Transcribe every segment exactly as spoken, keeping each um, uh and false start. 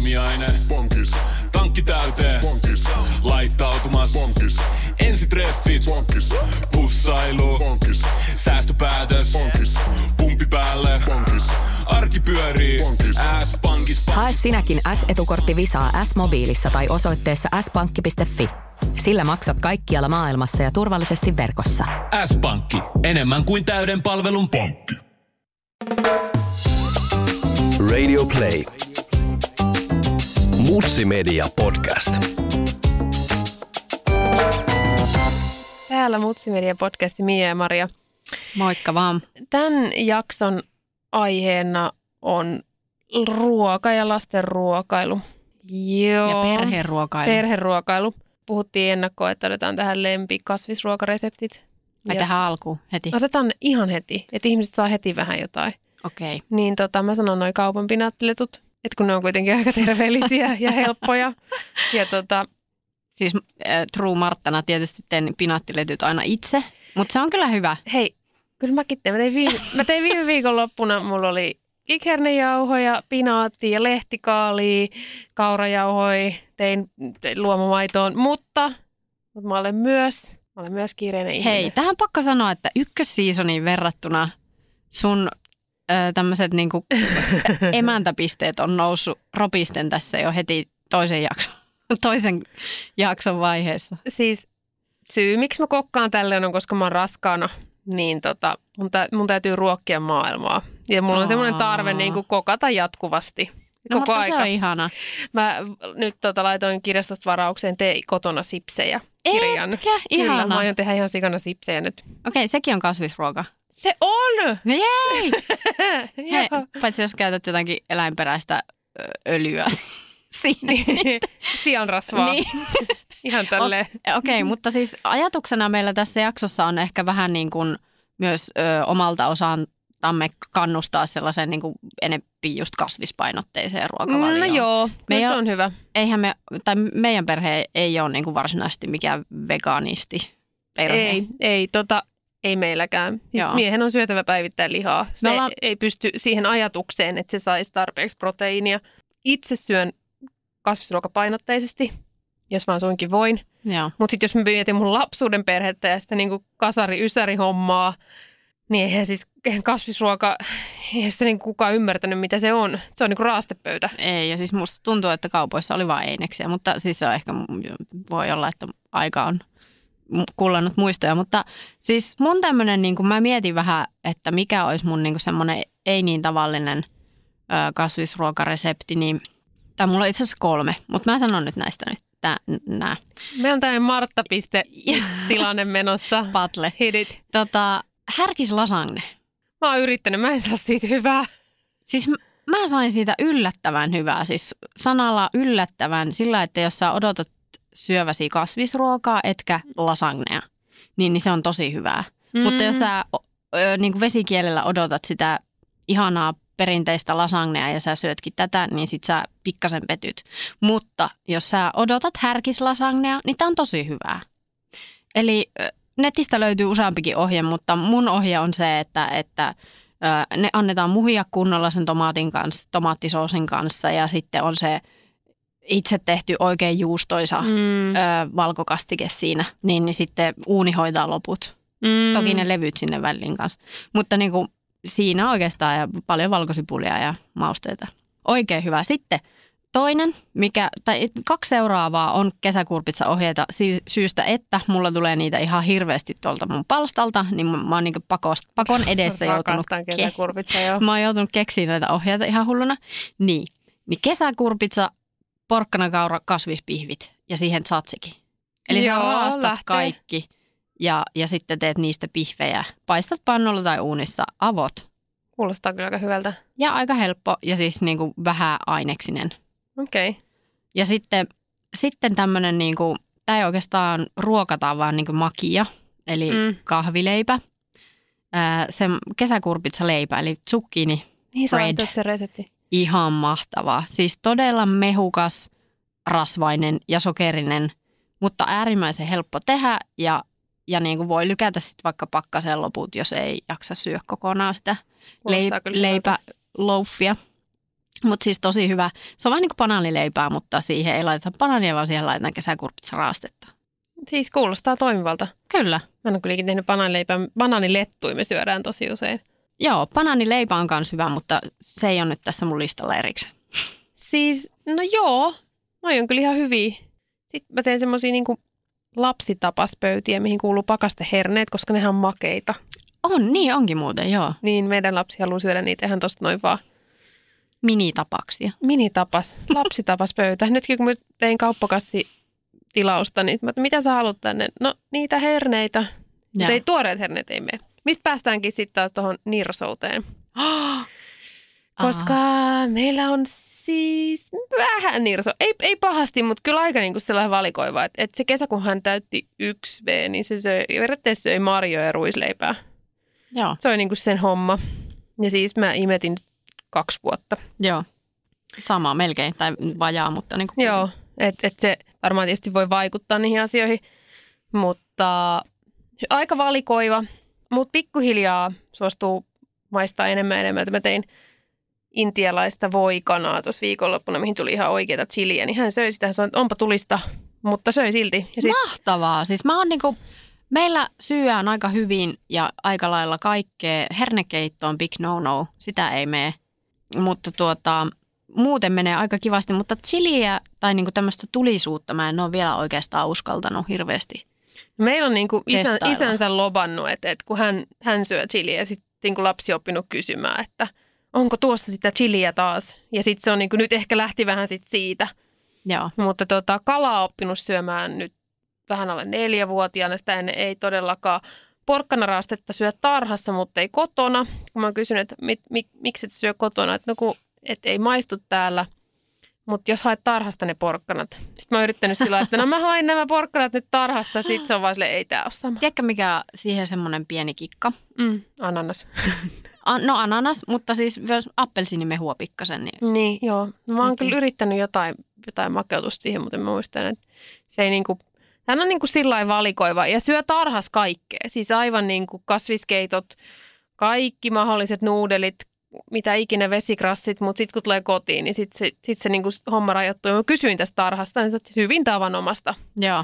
aamiaine. Bonkis. Tankki täyteen. Bonkis. Laittautumas. Bonkis. Ensitreffit. Bonkis. Pussailu. Bonkis. Säästöpäätös. Bonkis. Pumpi päälle. Bonkis. Arki pyörii. Bonkis. S-pankis. Hae sinäkin S-etukortti Visaa S-mobiilissa tai osoitteessa s pankki piste fi. Sillä maksat kaikkialla maailmassa ja turvallisesti verkossa. S-pankki. Enemmän kuin täyden palvelun pankki. Radio Play. Mutsi Media Podcast. Täällä Mutsi Media Podcasti Mia ja Maria. Moikka vaan. Tämän jakson aiheena on ruoka ja lasten ruokailu. Joo. Ja perheruokailu. Perheruokailu. Puhuttiin ennakkoon, että otetaan tähän lempikasvisruokareseptit. Vai tähän alkuun heti? Otetaan ne ihan heti, että ihmiset saa heti vähän jotain. Okei. Okay. Niin tota, mä sanon noi kaupan pinaattiletut, että kun ne on kuitenkin aika terveellisiä ja helppoja. Ja tota... Siis äh, True Marttana tietysti teen pinaattiletyt aina itse, mutta se on kyllä hyvä. Hei, kyllä mäkin tein. Mä tein viime, mä tein viime viikonloppuna, mulla oli kikernejauhoja, pinaattia ja lehtikaalia, kaurajauhoja, tein, tein luomumaitoon, mutta, mutta mä olen myös, mä olen myös kiireinen ihminen. Hei, tähän pakko sanoa, että ykkössiisoniin verrattuna sun ö, tämmöiset niinku emäntäpisteet on noussut ropisten tässä jo heti toisen jakson, toisen jakson vaiheessa. Siis syy, miksi mä kokkaan tälleen on, koska mä oon raskaana, niin tota, mun, tä, mun täytyy ruokkia maailmaa. Ja mulla on semmoinen tarve niin kuin kokata jatkuvasti. No, koko mutta aika. Se on ihana. Mä nyt tota, laitoin kirjastosta varaukseen tee kotona sipsejä kirjan. Etkä? Ihana. Kyllä, mä aion tehdä ihan sikana sipsejä nyt. Okei, sekin on kasvisruoka. Se on! Jei! Hei, paitsi jos käytät jotakin eläinperäistä öljyä siinä. Sianrasvaa. Niin. Ihan tälleen. Okei, okay, mutta siis ajatuksena meillä tässä jaksossa on ehkä vähän niin kuin myös ö, omalta osaltamme kannustaa sellaisen niin kuin enempi just kasvispainotteiseen ruokavalioon. No joo, me se on hyvä. Eihän me, tai meidän perhe ei ole niin kuin varsinaisesti mikään vegaanisti perhe. Ei, ei, tota, ei meilläkään. Siis miehen on syötävä päivittäin lihaa. Se ollaan... ei pysty siihen ajatukseen, että se saisi tarpeeksi proteiinia. Itse syön kasvisruokapainotteisesti, jos vaan suinkin voin. Mutta sitten jos mä mietin mun lapsuuden perhettä ja sitä niinku kasari-ysäri-hommaa, niin eihän siis kasvisruoka, eihän sitä niinku kukaan ymmärtänyt, mitä se on. Se on niinku raastepöytä. Ei, ja siis musta tuntuu, että kaupoissa oli vain eineksiä, mutta siis se on ehkä, voi olla, että aika on kullannut muistoja. Mutta siis mun tämmönen, niin mä mietin vähän, että mikä olisi mun niinku semmoinen ei niin tavallinen ö, kasvisruokaresepti, niin tai mulla on itse asiassa kolme, mutta mä sanon nyt näistä nyt. Nää. Meillä on tämmöinen Martta-piste-tilanne menossa. Patle. Hidit. Tota, härkislasagne. Mä oon yrittänyt, mä en saa siitä hyvää. Siis mä, mä sain siitä yllättävän hyvää. Siis sanalla yllättävän sillä, että jos sä odotat syöväsi kasvisruokaa, etkä lasagnea, niin, niin se on tosi hyvää. Mm. Mutta jos sä ö, niin kuin vesikielellä odotat sitä ihanaa perinteistä lasagnea ja sä syötkin tätä, niin sit sä pikkasen petyt. Mutta jos sä odotat härkislasagnea, niin tää on tosi hyvää. Eli netistä löytyy useampikin ohje, mutta mun ohje on se, että, että ne annetaan muhia kunnolla sen tomaatin kanssa, tomaattisoosin kanssa ja sitten on se itse tehty oikein juustoisa mm. ö, valkokastike siinä, niin, niin sitten uuni hoitaa loput. Mm. Toki ne levyt sinne väliin kanssa. Mutta niin kuin siinä oikeastaan ja paljon valkosipulia ja mausteita. Oikein hyvä. Sitten toinen, mikä, tai kaksi seuraavaa on kesäkurpitsa ohjeita syystä, että mulla tulee niitä ihan hirveästi tuolta mun palstalta, niin mä, mä oon niin pakost, pakon edessä joutunut, ke- mä oon joutunut keksiä näitä ohjeita ihan hulluna. Niin, niin kesäkurpitsa, porkkanakaura, kasvispihvit ja siihen tzatziki. Eli Joo, sä raastat lähtee. kaikki. Ja, ja sitten teet niistä pihvejä. Paistat pannulla tai uunissa, avot. Kuulostaa kyllä aika hyvältä. Ja aika helppo ja siis niin kuin vähän aineksinen. Okei. Okay. Ja sitten, sitten tämmöinen, niin kuin, tämä ei oikeastaan ruokata, vaan niin kuin makia, eli mm. kahvileipä. Ää, se kesäkurpitsaleipä, eli zucchini niin bread. Se resepti. Ihan mahtavaa. Siis todella mehukas, rasvainen ja sokerinen, mutta äärimmäisen helppo tehdä ja Ja niin kuin voi lykätä sitten vaikka pakkaseen loput, jos ei jaksa syödä kokonaan sitä leip- leipälouffia. Mutta siis tosi hyvä. Se on vähän niin kuin banaanileipää, mutta siihen ei laiteta banaania, vaan siihen laitetaan kesäkurpitsaraastetta. Siis kuulostaa toimivalta. Kyllä. Mä en ole kylläkin tehnyt banaanileipää. Banaanilettuja me syödään tosi usein. Joo, banaanileipä on myös hyvä, mutta se ei ole nyt tässä mun listalla erikseen. Siis, no joo, noi on kyllä ihan hyviä. Sitten mä teen semmosia niinku lapsitapaspöytiä, mihin kuuluu pakasteherneet, koska nehän on makeita. On, niin onkin muuten, joo. Niin, meidän lapsi haluaa syödä niitä ihan tosta noin vaan. Minitapaksia. Minitapas, lapsitapaspöytä. Nytkin kun mä tein kauppakassitilausta, niin mä, mitä sä haluat tänne? No niitä herneitä, mutta ei tuoreet herneet ei mene. Mistä päästäänkin sitten taas tuohon nirsouteen? Koska Aha. meillä on siis vähän nirso. Ei, ei pahasti, mutta kyllä aika niin kuin sellainen valikoiva. Että et se kesä, kun hän täytti yksi V, niin se söi, periaatteessa söi marjoja ja ruisleipää. Joo. Se oli niin kuin sen homma. Ja siis mä imetin kaksi vuotta. Joo. Sama melkein, tai vajaa, mutta niin kuin... Joo, että et se varmaan tietysti voi vaikuttaa niihin asioihin. Mutta aika valikoiva. Mutta pikkuhiljaa suostuu maistaa enemmän ja enemmän. Mä tein intialaista voikanaa tuossa viikonloppuna, mihin tuli ihan oikeita chiliä, niin hän söi sitä. Hän sanoi, että onpa tulista, mutta söi silti. Ja sit... Mahtavaa. Siis mä oon niinku, meillä syöään aika hyvin ja aika lailla kaikkea. Hernekeitto on big no-no, sitä ei mene. Mutta tuota, muuten menee aika kivasti, mutta chiliä tai niinku tämmöistä tulisuutta mä en ole vielä oikeastaan uskaltanut hirveästi. Meillä on niinku isän, isänsä lobannut, että, että kun hän, hän syö chiliä ja sitten kun lapsi on oppinut kysymään, että onko tuossa sitä chiliä taas? Ja sitten se on niin kuin, nyt ehkä lähti vähän sit siitä. Joo. Mutta tota, kalaa oppinut syömään nyt vähän alle neljävuotiaana. Sitä ennen ei todellakaan porkkanaraastetta syö tarhassa, mutta ei kotona. Kun mä kysyn, että mit, mik, miksi et syö kotona, että no kun, et ei maistu täällä. Mutta jos haet tarhasta ne porkkanat. Sitten mä oon yrittänyt sillä että no mä hain nämä porkkanat nyt tarhasta. Sitten se on vaan silleen, ei tää ole sama. Tiedätkö mikä siihen semmoinen pieni kikka? Mm, ananas. No ananas, mutta siis myös appelsiinimehua pikkasen. Niin, niin joo. No, mä oon kyllä yrittänyt jotain, jotain makeutusta siihen, mutta mä muistan, että se ei niinku, hän on niinku sillain valikoiva ja syö tarhas kaikkea. Siis aivan niinku kasviskeitot, kaikki mahdolliset nuudelit, mitä ikinä vesikrassit, mutta sitten kun tulee kotiin, niin sitten se, sit se niinku homma rajoittuu. Mä kysyin tästä tarhasta, niin hyvin tavanomasta. Joo.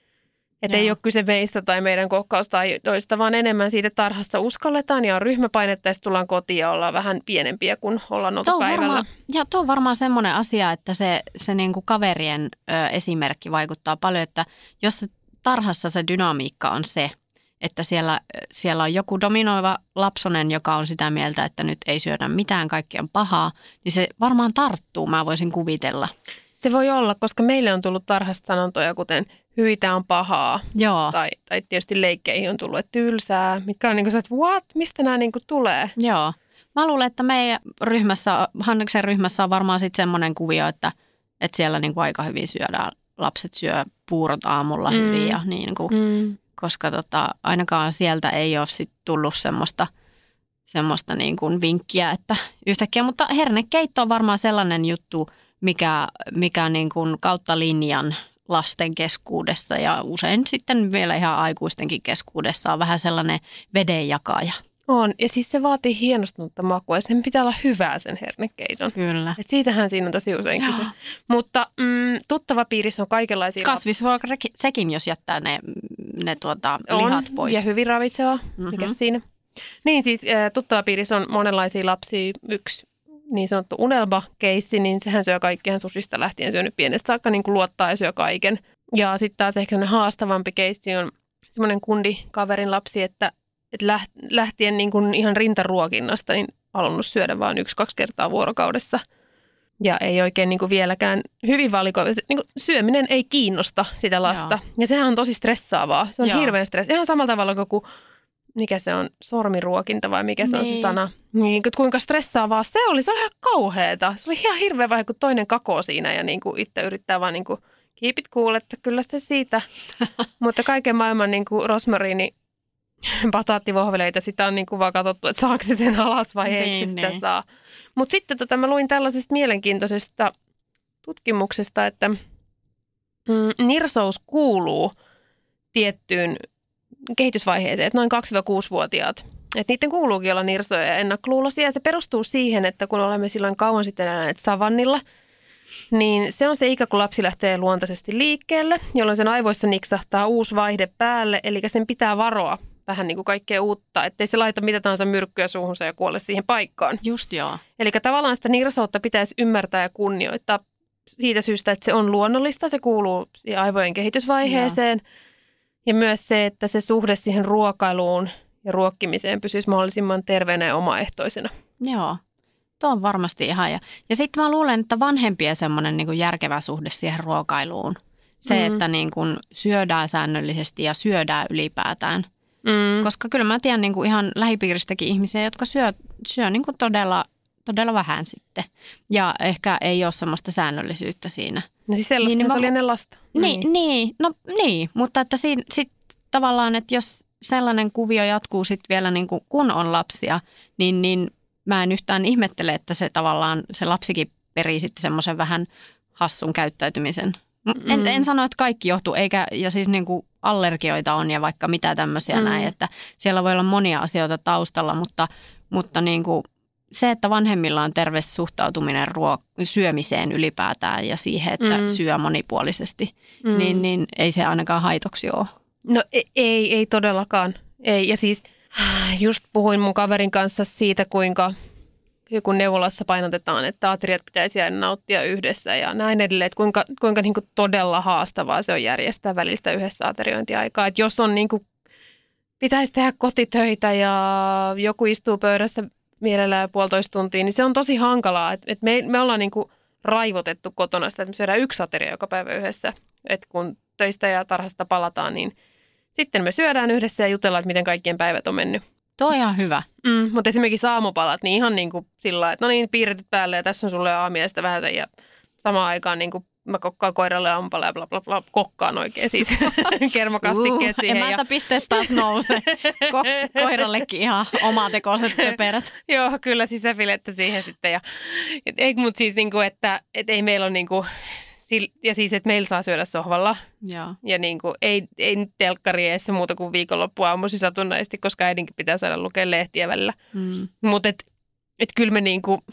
Että ei ole kyse meistä tai meidän kokkaustajoista, vaan enemmän siitä tarhassa uskalletaan ja on ryhmäpainetta ja tullaan kotiin ja ollaan vähän pienempiä kuin ollaan oltu päivällä. Ja tuo on varmaan semmoinen asia, että se, se niinku kaverien ö, esimerkki vaikuttaa paljon, että jos se tarhassa se dynamiikka on se, että siellä, siellä on joku dominoiva lapsonen, joka on sitä mieltä, että nyt ei syödä mitään, kaikki on pahaa, niin se varmaan tarttuu, mä voisin kuvitella. Se voi olla, koska meille on tullut tarhasta sanontoja, kuten hyi, tää on pahaa. Joo. Tai, tai tietysti leikkeihin on tullut, että tylsää, mitkä on niin kuin se, että what, mistä nämä niin kuin tulee? Joo. Mä luulen, että meidän ryhmässä, Hanneksen ryhmässä on varmaan sitten semmoinen kuvio, että, että siellä niin kuin aika hyvin syödään. Lapset syö puurot aamulla mm. hyvin ja niin kuin, mm. koska tota, ainakaan sieltä ei ole sit tullut semmoista, semmoista niin kuin vinkkiä, että yhtäkkiä, mutta hernekeitto on varmaan sellainen juttu, mikä, mikä niin kuin kautta linjan lasten keskuudessa ja usein sitten vielä ihan aikuistenkin keskuudessa on vähän sellainen vedenjakaja. On, ja siis se vaatii hienostunutta makua ja sen pitää olla hyvää sen hernekeiton. Kyllä. Et siitähän siinä on tosi usein kyse. Mutta mm, tuttava piirissä on kaikenlaisia... Kasvisruoka sekin, jos jättää ne, ne tuota, lihat on, pois. Ja hyvin ravitseva, mm-hmm. mikä siinä. Niin siis tuttava piirissä on monenlaisia lapsia. Yksi niin sanottu unelma-keissi, niin sehän syö kaikkihan susista lähtien syönyt pienestä saakka, niin kuin luottaa ja syö kaiken. Ja sitten taas ehkä haastavampi keissi on semmoinen kundi kaverin lapsi, että, että lähtien niin kuin ihan rintaruokinnasta niin halunnut syödä vain yksi-kaksi kertaa vuorokaudessa. Ja ei oikein niin kuin vieläkään hyvin valikoiva. Niin kuin syöminen ei kiinnosta sitä lasta. Joo. Ja sehän on tosi stressaavaa. Se on Joo. hirveän stressaavaa. Ihan samalla tavalla kuin mikä se on, sormiruokinta vai mikä se niin. on se sana. Niin, kuinka stressaavaa se oli. Se oli ihan kauheata. Se oli ihan hirveä vaihe, kun toinen kakoo siinä ja niin kuin itse yrittää vaan niin kuin keep it cool, että kyllä se siitä. Mutta kaiken maailman niin kuin rosmariini, bataattivohveleita, sitä on niin kuin vaan katsottu, että saako se sen alas vai eikö niin, se sitä niin. saa. Mutta sitten tota, mä luin tällaisesta mielenkiintoisesta tutkimuksesta, että mm, nirsous kuuluu tiettyyn kehitysvaiheeseen, että noin kaksi-kuusi-vuotiaat että niiden kuuluukin olla nirsoja ja ennakkoluuloisia. Ja se perustuu siihen, että kun olemme silloin kauan sitten eläneet savannilla, niin se on se ikä, kun lapsi lähtee luontaisesti liikkeelle, jolloin sen aivoissa niksahtaa uusi vaihde päälle, eli sen pitää varoa vähän niin kuin kaikkea uutta, ettei se laita mitä tahansa myrkkyä suuhunsa ja kuole siihen paikkaan. Just joo. Eli tavallaan sitä nirsoutta pitäisi ymmärtää ja kunnioittaa siitä syystä, että se on luonnollista, se kuuluu aivojen kehitysvaiheeseen. Joo. Ja myös se, että se suhde siihen ruokailuun ja ruokkimiseen pysyisi mahdollisimman terveenä ja omaehtoisena. Joo, tuo on varmasti ihan. Ja, ja sitten mä luulen, että vanhempien semmoinen niin kuin järkevä suhde siihen ruokailuun. Se, mm. että niin kuin syödään säännöllisesti ja syödään ylipäätään. Mm. Koska kyllä mä tiedän niin kuin ihan lähipiiristäkin ihmisiä, jotka syö, syö niin kuin todella, todella vähän sitten. Ja ehkä ei ole semmoista säännöllisyyttä siinä. No siis sellaista niin, se oli ennen lasta. Niin, niin. niin, no niin, mutta että siinä sitten tavallaan, että jos sellainen kuvio jatkuu sitten vielä niin kuin, kun on lapsia, niin, niin mä en yhtään ihmettele, että se tavallaan se lapsikin perii sitten semmoisen vähän hassun käyttäytymisen. Mm. En, en sano, että kaikki johtuu, eikä, ja siis niin kuin allergioita on ja vaikka mitä tämmöisiä mm. näin, että siellä voi olla monia asioita taustalla, mutta, mutta niin kuin se, että vanhemmilla on terve suhtautuminen ruo- syömiseen ylipäätään ja siihen, että mm. syö monipuolisesti, mm. niin, niin ei se ainakaan haitoksi ole. No ei, ei todellakaan. Ei. Ja siis just puhuin mun kaverin kanssa siitä, kuinka kun neuvolassa painotetaan, että ateriat pitäisi aina nauttia yhdessä ja näin edelleen, että kuinka, kuinka niin kuin todella haastavaa se on järjestää välistä yhdessä ateriointiaikaa. Että jos on niin kuin, pitäisi tehdä kotitöitä ja joku istuu pöydässä mielellään puolitoista tuntia, niin se on tosi hankalaa. Että et me, me ollaan niin kuin raivotettu kotona sitä, että me syödään yksi ateria joka päivä yhdessä. Että kun töistä ja tarhasta palataan, niin sitten me syödään yhdessä ja jutellaan, että miten kaikkien päivät on mennyt. Tuo on ihan hyvä. Mm, mutta esimerkiksi aamupalat, niin ihan niin kuin sillä lailla, että no niin, piirretyt päälle ja tässä on sulle aamiaista vähätä ja samaan aikaan niin kuin mä kokkaan koiralle aamupala ja bla bla bla, kokkaan oikein siis kermakastikkeet uh, siihen. Emäntäpisteet taas nousee. Ko- koirallekin ihan omatekoiset pöperät. Joo, kyllä sisäfilettä siihen sitten. Ja, et, ei, mutta siis niin kuin, että et ei meillä ole niin kuin, ja siis, että meillä saa syödä sohvalla. Joo. Ja niin kuin, ei, ei nyt telkkari eessä muuta kuin viikonloppuaamuisin satunnaisesti, koska äidinkin pitää saada lukea lehtiä välillä. Mm. Mutta et, et kyllä me niin kuin,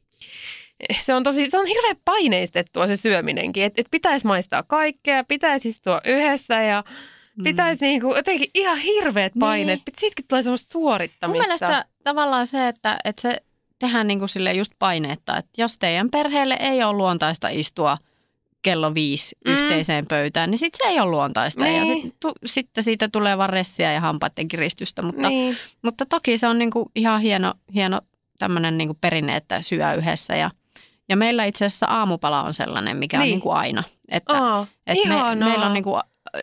se on tosi, se on hirveän paineistettua se syöminenkin. Että et pitäisi maistaa kaikkea, pitäisi istua yhdessä ja pitäisi mm. niin kuin, jotenkin ihan hirveät paineet. Niin. Siitäkin tulee semmoista suorittamista. Mun mielestä tavallaan se, että, että se tehdään niin kuin silleen just paineetta. Että jos teidän perheelle ei ole luontaista istua kello viisi mm. yhteiseen pöytään, niin sitten se ei ole luontaista. Niin. Ja sit, tu, sitten siitä tulee vaan ressiä ja hampaiden kiristystä. Mutta, niin. mutta toki se on niinku ihan hieno, hieno tämmöinen niinku perinne, että syö yhdessä. Ja, ja meillä itse asiassa aamupala on sellainen, mikä niin. on niinku aina. Että, Aa, että me, meillä on niinku,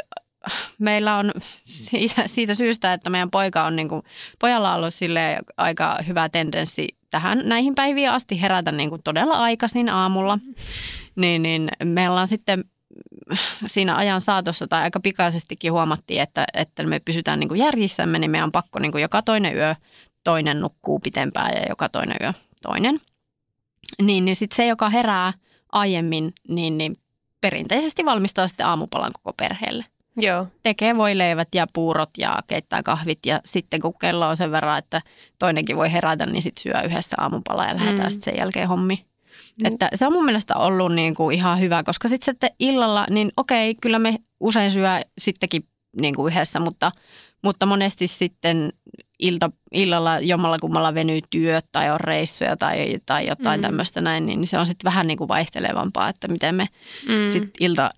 meillä on siitä, siitä syystä, että meidän poika on niinku, pojalla on ollut silleen aika hyvä tendenssi tähän näihin päiviin asti herätä niinku todella aikaisin aamulla. Niin, niin me ollaan sitten siinä ajan saatossa tai aika pikaisestikin huomattiin, että, että me pysytään niin kuin järjissämme, niin meidän on pakko niin kuin joka toinen yö toinen nukkuu pitempään ja joka toinen yö toinen. Niin, niin sitten se, joka herää aiemmin, niin, niin perinteisesti valmistaa sitten aamupalan koko perheelle. Joo. Tekee voileivät ja puurot ja keittää kahvit ja sitten kun kello on sen verran, että toinenkin voi herätä, niin sitten syö yhdessä aamupala ja lähdetään mm. sitten sen jälkeen hommiin. Mm. Että se on mun mielestä ollut niin kuin ihan hyvä, koska sitten sitten illalla, niin okei, kyllä me usein syö sittenkin niin kuin yhdessä, mutta, mutta monesti sitten ilta, illalla jommalla kummalla venyy työt tai on reissuja tai, tai jotain mm. tämmöistä näin, niin se on sitten vähän niin kuin vaihtelevampaa, että miten me mm. sitten ilta,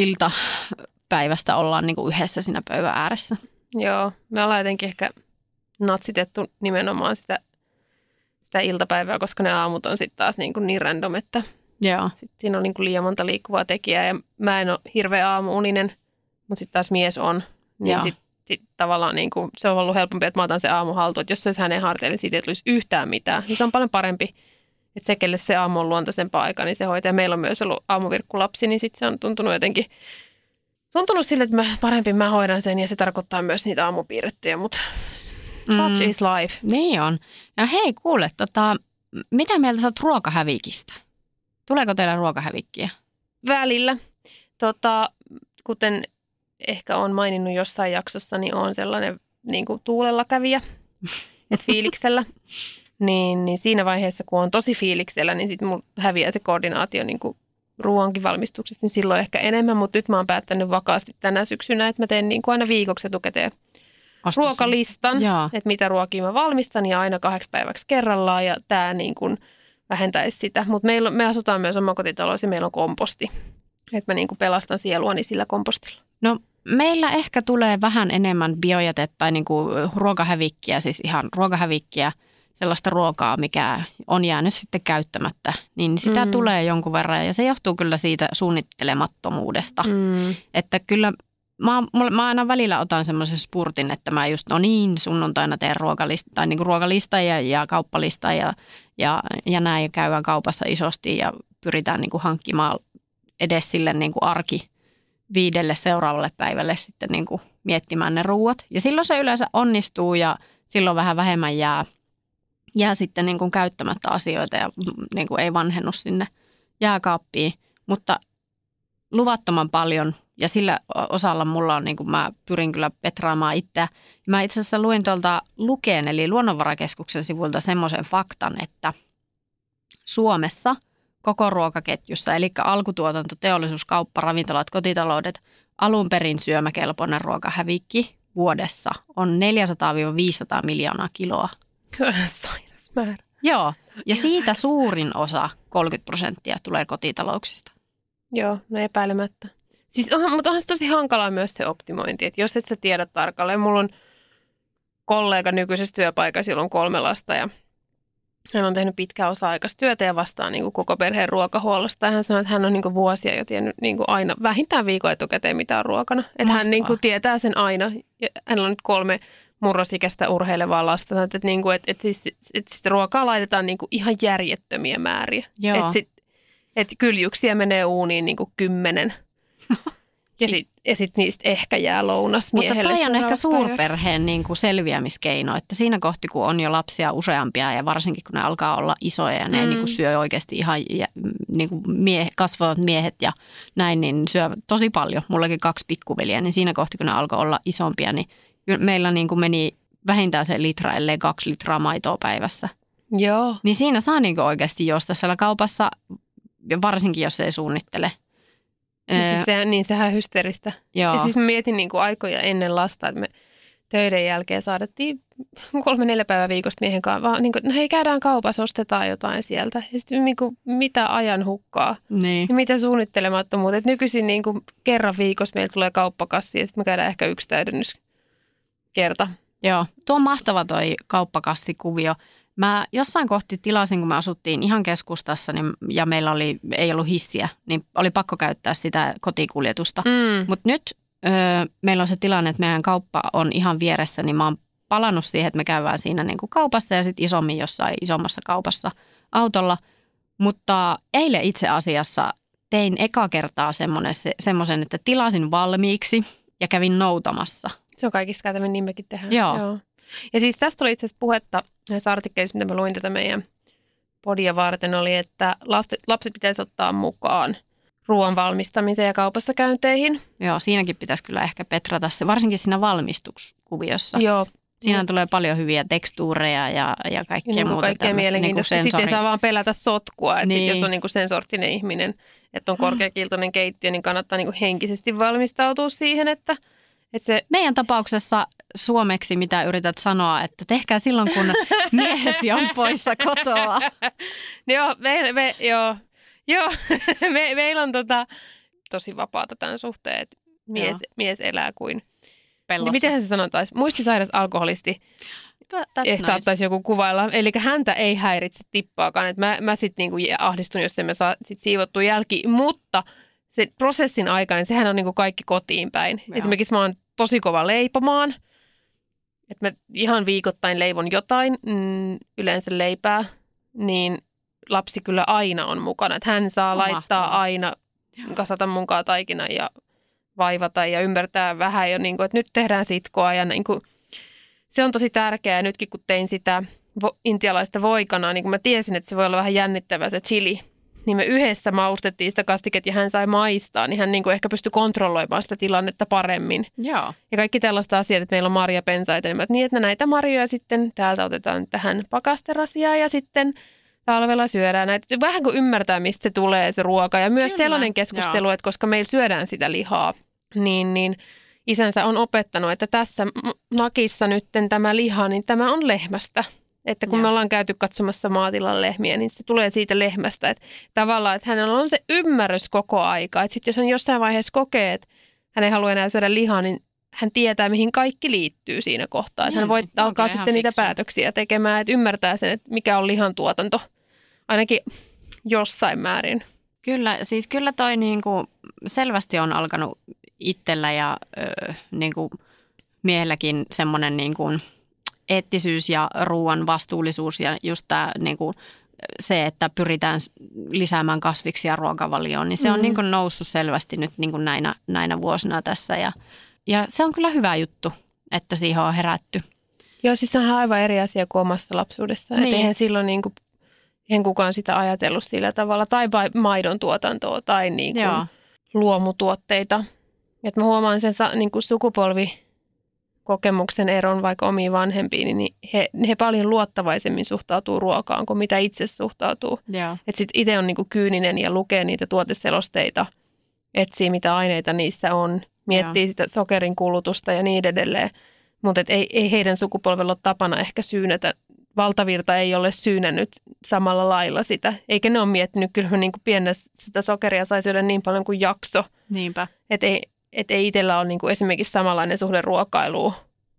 iltapäivästä ollaan niin kuin yhdessä siinä pöydän ääressä. Joo, me ollaan jotenkin ehkä natsitettu nimenomaan sitä sitä iltapäivää, koska ne aamut on sitten taas niin, kuin niin random, että sit siinä on niin kuin liian monta liikkuvaa tekijää. Ja mä en ole hirveä aamuuninen, mutta sitten taas mies on. Niin sitten sit tavallaan niin kuin, se on ollut helpompi, että mä otan se aamu haltuun. Että jos se olisi hänen harteille, niin siitä ei tulisi yhtään mitään. Niin se on paljon parempi, että se, kelle se aamu on luontaisempaa aikaa, niin se hoitaa. Meillä on myös ollut aamuvirkkulapsi, niin sitten se on tuntunut jotenkin, se on tuntunut sille, että mä, parempi mä hoidan sen ja se tarkoittaa myös niitä aamupiirrettyjä, mutta such mm. is life. Niin on. Ja hei, kuule, tota, mitä mieltä sä oot ruokahävikistä? Tuleeko teillä ruokahävikkiä? Välillä. Tota, kuten ehkä olen maininnut jossain jaksossa, niin olen sellainen niin kuin tuulella kävijä. että fiiliksellä. Niin, niin siinä vaiheessa, kun on tosi fiiliksellä, niin sitten mulla häviää se koordinaatio niin kuin ruoankin valmistuksesta, niin silloin ehkä enemmän. Mutta nyt mä oon päättänyt vakaasti tänä syksynä, että mä teen niin kuin aina viikoksi etukäteen Ostas. ruokalistan, Jaa. että mitä ruokia mä valmistan ja aina kahdeksi päiväksi kerrallaan ja tämä niin kuin vähentäisi sitä. Mutta me asutaan myös omakotitaloissa ja meillä on komposti, että mä niin kuin pelastan sieluani sillä kompostilla. No meillä ehkä tulee vähän enemmän biojätettä tai niin kuin ruokahävikkiä, siis ihan ruokahävikkiä, sellaista ruokaa, mikä on jäänyt sitten käyttämättä, niin sitä mm. tulee jonkun verran ja se johtuu kyllä siitä suunnittelemattomuudesta. Mm. Että kyllä mä, mä aina välillä otan semmoisen spurtin, että mä just no niin sunnuntaina teen ruokalista, tai niin kuin ruokalista ja, ja kauppalista ja, ja, ja näin ja käydään kaupassa isosti ja pyritään niin kuin hankkimaan edes sille niin kuin arki viidelle seuraavalle päivälle sitten niin kuin miettimään ne ruuat. Ja silloin se yleensä onnistuu ja silloin vähän vähemmän jää jää sitten niin kuin käyttämättä asioita ja niin kuin ei vanhennu sinne jääkaappiin, mutta luvattoman paljon ja sillä osalla mulla on, niin kuin mä pyrin kyllä petraamaan itseä. Mä itse asiassa luin tuolta Luken eli Luonnonvarakeskuksen sivulta semmoisen faktan, että Suomessa koko ruokaketjussa, eli alkutuotanto, teollisuus, kauppa, ravintolat, kotitaloudet, alun perin syömäkelpoinen ruokahävikki vuodessa on neljäsataa viisisataa miljoonaa kiloa. Kyllä sairas määrä. Joo, ja siitä suurin osa, kolmekymmentä prosenttia, tulee kotitalouksista. Joo, no epäilemättä. Siis onhan, mutta onhan se tosi hankalaa myös se optimointi, että jos et sä tiedä tarkalleen. Mulla on kollega nykyisessä työpaikassa, jolla on kolme lasta ja hän on tehnyt pitkää osa-aikaista työtä ja vastaa niin kuin koko perheen ruokahuollosta. Ja hän sanoi, että hän on niin kuin vuosia jo tiennyt niin kuin aina vähintään viikon etukäteen, mitä on ruokana. Että hän niin kuin tietää sen aina. Ja hänellä on nyt kolme murrosikäistä urheilevaa lasta. Että, että, että, että, siis, että sitä ruokaa laitetaan niin kuin ihan järjettömiä määriä. Että, sit, että kyljyksiä menee uuniin niin kuin kymmenen. Ja sitten sit niistä ehkä jää lounas miehelle. Mutta toi on ehkä suurperheen niin kuin selviämiskeino, että siinä kohti, kun on jo lapsia useampia ja varsinkin kun ne alkaa olla isoja ja ne mm. niin kuin syö oikeasti ihan niin kuin mie- kasvavat miehet ja näin, niin syö tosi paljon. Mullakin kaksi pikkuveliä, niin siinä kohti, kun ne alkoi olla isompia, niin meillä niin kuin meni vähintään se litra, ellei kaksi litraa maitoa päivässä. Joo. Niin siinä saa niin kuin oikeasti juosta siellä kaupassa, varsinkin jos ei suunnittele. Ja siis se, niin sehän on hysteeristä. Joo. Ja siis mä mietin niin kuin aikoja ennen lasta, että me töiden jälkeen saadettiin kolme neljä päivää viikosta miehen kanssa, vaan niin kuin, no hei käydään kaupassa, ostetaan jotain sieltä. Ja sitten niin kuin, mitä ajan hukkaa niin. Ja mitä suunnittelemattomuutta. Että nykyisin niin kuin kerran viikossa meillä tulee kauppakassi ja sitten me käydään ehkä yksi täydennyskerta. Joo, tuo on mahtava toi kauppakassikuvio. Mä jossain kohti tilasin, kun me asuttiin ihan keskustassa niin, ja meillä oli, ei ollut hissiä, niin oli pakko käyttää sitä kotikuljetusta. Mm. Mutta nyt ö, meillä on se tilanne, että meidän kauppa on ihan vieressä, niin mä oon palannut siihen, että me käydään siinä niin kuin kaupassa ja sitten isommin jossain isommassa kaupassa autolla. Mutta eilen itse asiassa tein eka kertaa semmoisen, että tilasin valmiiksi ja kävin noutamassa. Se on kaikista käytävän niin mekin tehdään. Joo. Joo. Ja siis tästä oli itse asiassa puhetta näissä artikkelissa, mitä mä luin tätä meidän podia varten, oli, että lapset, lapset pitäisi ottaa mukaan ruoan valmistamiseen ja kaupassa käynteihin. Joo, siinäkin pitäisi kyllä ehkä petrata se, varsinkin siinä valmistuskuviossa. Joo. Siinä tulee paljon hyviä tekstuureja ja, ja kaikkea ja muuta. Kaikkea mielenkiintoista. Niin sitten ei saa vaan pelätä sotkua. Että niin. sit, jos on niin kuin sen sorttinen ihminen, että on korkeakiltoinen keittiö, niin kannattaa niin kuin henkisesti valmistautua siihen, että se... Meidän tapauksessa suomeksi, mitä yrität sanoa, että tehkää silloin, kun miehesi on poissa kotoa. Joo, me, me, joo, joo. me, meillä on tota, tosi vapaata tämän suhteen, että mies, mies elää kuin pellossa. Mitenhän se sanotaan? Muistisairas alkoholisti. Ehkä nice. Saattaisi joku kuvailla. Eli häntä ei häiritse tippaakaan. Et mä mä sitten niinku ahdistun, jos emme saa sit siivottua jälki. Mutta se prosessin aikana, niin sehän on niinku kaikki kotiin päin. Joo. Esimerkiksi mä oon tosi kova leipomaan. Että mä ihan viikoittain leivon jotain, mm, yleensä leipää, niin lapsi kyllä aina on mukana. Että hän saa on laittaa mahtavaa. Aina, kasata munkaan taikinan ja vaivata ja ymmärtää vähän jo, niin kuin, että nyt tehdään sitkoa. Ja niin kuin, se on tosi tärkeää. Nytkin kun tein sitä vo, intialaista voikanaa, niin kuin mä tiesin, että se voi olla vähän jännittävä se chili, niin me yhdessä maustettiin sitä kastiketta ja hän sai maistaa, niin hän niin kuin ehkä pystyi kontrolloimaan sitä tilannetta paremmin. Joo. Ja kaikki tällaista asiaa, että meillä on marjapensaita, niin että näitä marjoja sitten täältä otetaan tähän pakasterasiaan ja sitten talvella syödään näitä. Vähän kuin ymmärtää, mistä se tulee se ruoka ja myös Kyllä. sellainen keskustelu, Joo. että koska meillä syödään sitä lihaa, niin, niin isänsä on opettanut, että tässä nakissa nyt tämä liha, niin tämä on lehmästä. Että kun ja. me ollaan käyty katsomassa maatilan lehmiä, niin se tulee siitä lehmästä. Että tavallaan, että hänellä on se ymmärrys koko aika. Että sitten jos hän jossain vaiheessa kokee, että hän ei halua enää syödä lihaa, niin hän tietää, mihin kaikki liittyy siinä kohtaa. Että hän voi no, alkaa sitten niitä fiksu. päätöksiä tekemään, että ymmärtää sen, että mikä on lihan tuotanto. Ainakin jossain määrin. Kyllä, siis kyllä toi niinku selvästi on alkanut itsellä ja ö, niinku miehelläkin semmoinen niinku eettisyys ja ruoan vastuullisuus ja just tämä niinku se, että pyritään lisäämään kasviksia ruokavalioon, niin se mm. on niinku noussut selvästi nyt niinku näinä, näinä vuosina tässä ja, ja se on kyllä hyvä juttu, että siihen on herätty. Joo, siis se on aivan eri asia kuin omassa lapsuudessaan. Niin. Eihän silloin niinku eihän kukaan sitä ajatellut sillä tavalla, tai maidon tuotantoa tai niin kuin luomutuotteita. Et mä huomaan sen niin kuin sukupolvikokemuksen eron vaikka omiin vanhempiin, niin he, he paljon luottavaisemmin suhtautuu ruokaan kuin mitä itse suhtautuu. Että sit itse on niin kuin kyyninen ja lukee niitä tuoteselosteita, etsii mitä aineita niissä on, miettii Joo. sitä sokerin kulutusta ja niin edelleen. Mutta ei, ei heidän sukupolvella ole tapana ehkä syynätä. Valtavirta ei ole syynännyt samalla lailla sitä. Eikä ne ole miettinyt, kyllä mä niin kuin pienä sitä sokeria sai syödä niin paljon kuin jakso. Niinpä. Että ei, et ei itsellä ole niin kuin esimerkiksi samanlainen suhde ruokailuun,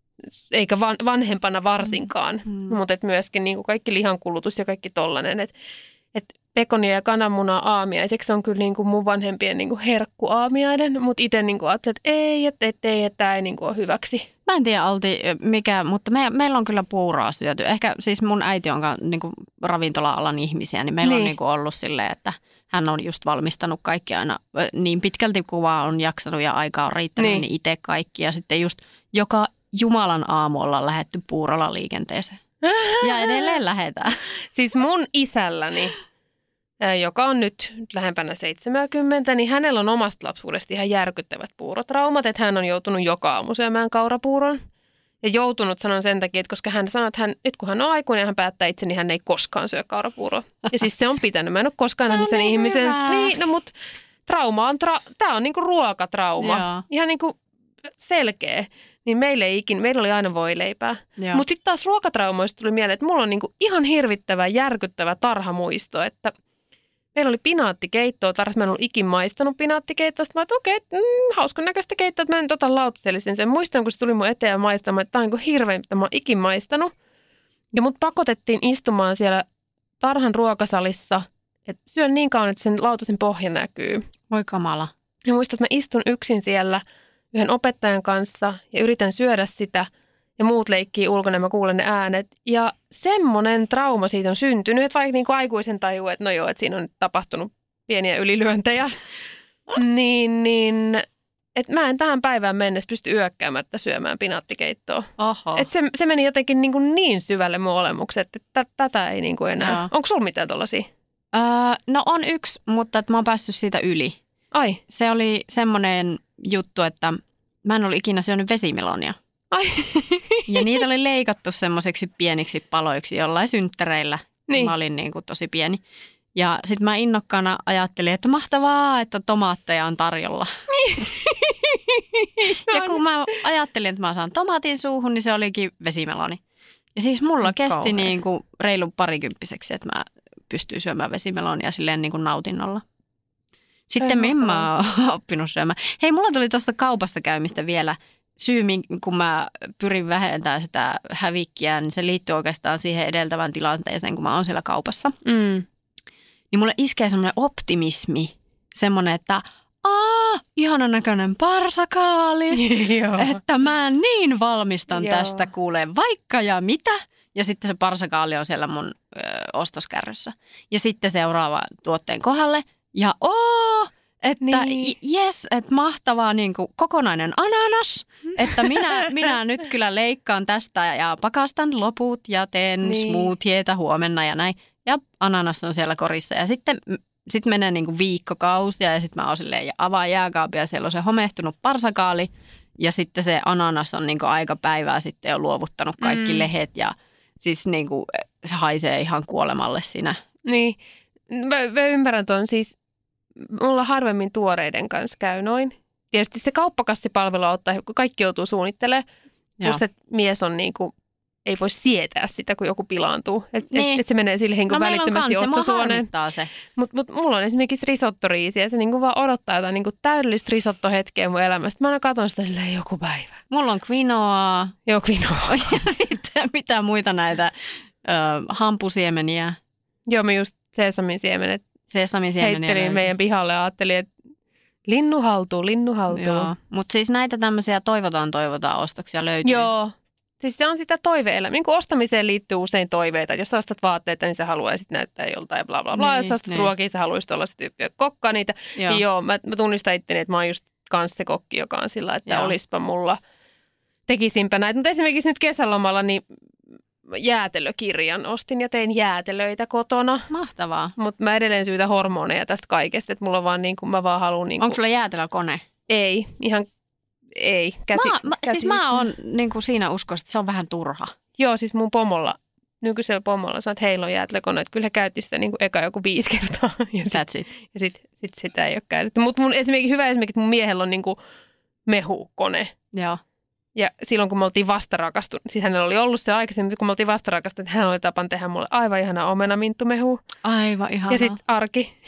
eikä van, vanhempana varsinkaan. Mm. Mutta myöskin niin kuin kaikki lihankulutus ja kaikki tollainen. Että et pekonia ja kananmunaa aamiaiseksi on kyllä niin kuin mun vanhempien niin kuin herkkuaamiainen. Mutta itse niin kuin ajattelin, että ei, että et, ei, että tämä ei niin kuin ole hyväksi. Mä en tiedä Alti mikä, mutta me, meillä on kyllä puuroa syöty. Ehkä siis mun äiti on niin kuin ravintola-alan ihmisiä, niin meillä niin. on niin kuin ollut silleen, että hän on just valmistanut kaikki aina niin pitkälti kuin vaan on jaksanut ja aikaa on riittänyt, niin, niin itse kaikki. Ja sitten just joka Jumalan aamu ollaan lähdetty puurolla liikenteeseen. Ja edelleen lähdetään. Siis mun isälläni, joka on nyt lähempänä seitsemänkymmentä, niin hänellä on omasta lapsuudesta ihan järkyttävät puurotraumat, että hän on joutunut joka aamu syömään kaurapuuron. Ja joutunut sanon sen takia, että koska hän sanoo, että hän, nyt kun hän on aikuinen ja hän päättää itse, niin hän ei koskaan syö kaurapuuroa. Ja siis se on pitänyt. Mä en ole koskaan nähnyt sen niin ihmisen. Niin, no mutta trauma on, tra- tää on niinku ruokatrauma. Joo. Ihan niinku selkeä. Niin meillä ei ikin, meillä oli aina voileipää. Mutta sitten taas ruokatraumoista tuli mieleen, että mulla on niinku ihan hirvittävä, järkyttävä tarhamuisto, että meillä oli pinaattikeittoa tarvitsi. Mä en ollut ikin maistanut pinaattikeittoa. Sitten mä että okei, okay, mm, hauskan näköistä keittoa, että mä nyt otan lautasellisen sen. Muistan, kun se tuli mun eteen maistamaan, että tämä on niin hirveän, mitä mä oon ikin maistanut. Ja mut pakotettiin istumaan siellä tarhan ruokasalissa, että syön niin kauan, että sen lautasen pohja näkyy. Voi kamala. Ja muistan, että mä istun yksin siellä yhden opettajan kanssa ja yritän syödä sitä. Ja muut leikkii ulkona ja mä kuulen ne äänet. Ja semmoinen trauma siitä on syntynyt, että vaikka niin kuin aikuisen tajuu, että no joo, että siinä on tapahtunut pieniä ylilyöntejä. niin, niin että mä en tähän päivään mennessä pysty yökkäämättä syömään pinaattikeittoa. Että se, se meni jotenkin niin, kuin niin syvälle mun olemukseen, että t- tätä ei niin kuin enää. Joo. Onko sulla mitään tollaisia? Öö, no on yksi, mutta että mä oon päässyt siitä yli. Ai? Se oli semmoinen juttu, että mä en ollut ikinä syönyt vesimelonia. Ai. Ja niitä oli leikattu semmoiseksi pieniksi paloiksi jollain synttäreillä. Niin. Mä olin niin kuin tosi pieni. Ja sitten mä innokkaana ajattelin, että mahtavaa, että tomaatteja on tarjolla. Ja kun mä ajattelin, että mä saan tomaatin suuhun, niin se olikin vesimeloni. Ja siis mulla kesti niin kuin reilu parikymppiseksi, että mä pystyin syömään vesimelonia silleen niin kuin nautinnolla. Sitten minä mä oon oppinut syömään. Hei, mulla tuli tuosta kaupassa käymistä vielä syy, kun mä pyrin vähentämään sitä hävikkiä, niin se liittyy oikeastaan siihen edeltävään tilanteeseen, kun mä oon siellä kaupassa. Mm. Niin mulle iskee semmoinen optimismi, semmoinen, että aah, ihanan näköinen parsakaali, että mä niin valmistan Joo. tästä, kuulee vaikka ja mitä. Ja sitten se parsakaali on siellä mun ö, ostoskärryssä. Ja sitten seuraava tuotteen kohdalle ja ooo! Että niin. jes, että mahtavaa niin kuin kokonainen ananas, että minä, minä nyt kyllä leikkaan tästä ja pakastan loput ja teen niin. smoothieta huomenna ja näin. Ja ananas on siellä korissa ja sitten sitten menee niinku viikkokausia ja sitten mä oon silleen ja avaan jääkaapia ja siellä on se homehtunut parsakaali ja sitten se ananas on niinku aika päivää sitten jo luovuttanut kaikki mm. lehet ja siis niinku se haisee ihan kuolemalle siinä. Niin, mä, mä ymmärrän tuon siis, mulla harvemmin tuoreiden kanssa käy noin. Tietysti se kauppakassipalvelu auttaa, kun kaikki joutuu suunnittelemaan, plus että mies on niinku, ei voi sietää sitä, kun joku pilaantuu. Että niin. et, et se menee sille niin kuin no, välittömästi otsasuoneen. Mutta mut mulla on esimerkiksi risottoriisi ja se niin kuin vaan odottaa jotain niin kuin täydellistä risottohetkeä mun elämästä. Mä aina katson sitä silleen joku päivä. Mulla on quinoaa. Joo, quinoaa. Ja sitten mitä muita näitä ö, hampusiemeniä. Joo, me just seesaminsiemenet Seesaminsiemenet heittelin löytyy. Meidän pihalle ja ajattelin, että linnu haltuu, linnu haltuu. Joo, mutta siis näitä tämmöisiä toivotaan, toivotaan ostoksia löytyy. Joo. Siis se on sitä toive-elämää. Niin kuin ostamiseen liittyy usein toiveita. Jos sä ostat vaatteita, niin sä haluaisit näyttää joltain bla bla bla. Niin, jos sä ostat niin. ruokia, sä haluaisit olla se tyyppi, joka kokkaa niitä. Joo, niin joo mä, mä tunnistan itteni, että mä oon just kans se kokki, joka on sillä, että joo. olispa mulla, tekisinpä näitä. Mutta esimerkiksi nyt kesälomalla niin jäätelökirjan ostin ja tein jäätelöitä kotona. Mahtavaa. Mutta mä edelleen syytä hormoneja tästä kaikesta, että mulla vaan niin kuin, mä vaan haluan niin kuin... Onko sulla jäätelökone? Ei, ihan... Ei, käsi, mä, mä, siis mä oon niin kuin siinä uskossa, että se on vähän turha. Joo, siis mun pomolla, nykyisellä pomolla sanoo, että heillä on jäätelökone, että kyllä he käytti sitä niin kuin eka joku viisi kertaa. Ja sitten sit, sit, sit sitä ei ole käytetty. Mutta mun esimerkiksi hyvä esimerkiksi, että mun miehellä on niin kuin mehukone. Joo. Ja silloin kun me oltiin vastarakastuneet, siis hänellä oli ollut se aikaisemmin, kun me oltiin vastarakastuneet, hän oli tapan tehdä mulle aivan ihana omenaminttumehu. Aivan ihana. Ja sitten arki.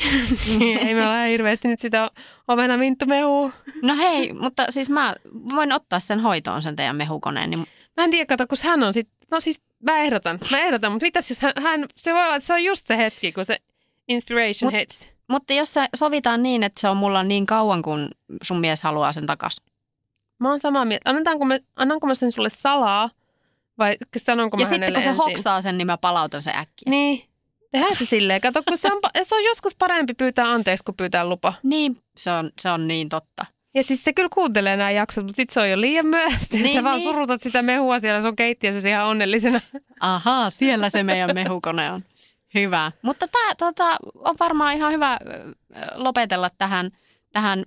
Ei me ole hirveästi nyt sitä omenaminttumehua. No hei, mutta siis mä voin ottaa sen hoitoon sen teidän mehukoneen. Niin... Mä en tiedä, kato, kun hän on sitten, no siis mä ehdotan, mä ehdotan, mutta mitäs jos hän, hän, se voi olla, että se on just se hetki, kun se inspiration Mut, hits. Mutta jos se sovitaan niin, että se on mulla niin kauan, kun sun mies haluaa sen takaisin. Mä oon samaa mieltä. Annanko mä, annanko mä sen sulle salaa vai sanonko mä ja hänelle ensin? Ja sitten kun se ensin? hoksaa sen, niin mä palautan sen äkkiä. Niin. Tehdään se silleen. Kato, kun se on, se on joskus parempi pyytää anteeksi, kuin pyytää lupa. Niin, se on, se on niin totta. Ja siis se kyllä kuuntelee nämä jaksot, mutta sitten se on jo liian myöhäistä. Niin, sä vaan niin. surutat sitä mehua siellä sun keittiössä ihan onnellisena. Ahaa, siellä se meidän mehukone on. Hyvä. Mutta tämä tota, on varmaan ihan hyvä lopetella tähän, tähän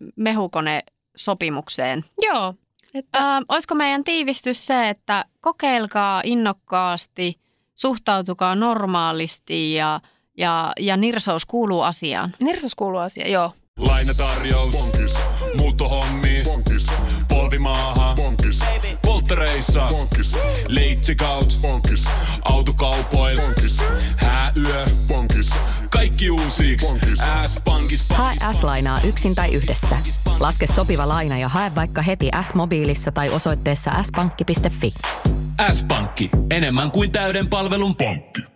mehukone-sopimukseen. Joo. Että... Ö, olisiko meidän tiivistys se, että kokeilkaa innokkaasti, suhtautukaa normaalisti ja, ja, ja nirsous kuuluu asiaan. Nirsous kuuluu asiaan, joo. Lainatarjous, bonkis. Muuttohommi, bonkis. Polvimaaha, bonkis. Polttereissa, bonkis. Leitsikaut, bonkis. Autokaupoil, bonkis. Hääyö, bonkis. Kaikki uusiiksi, S-pankis. Hae S-lainaa yksin tai yhdessä. Laske sopiva laina ja hae vaikka heti S-mobiilissa tai osoitteessa s pankki piste fi. S-pankki, enemmän kuin täyden palvelun pankki.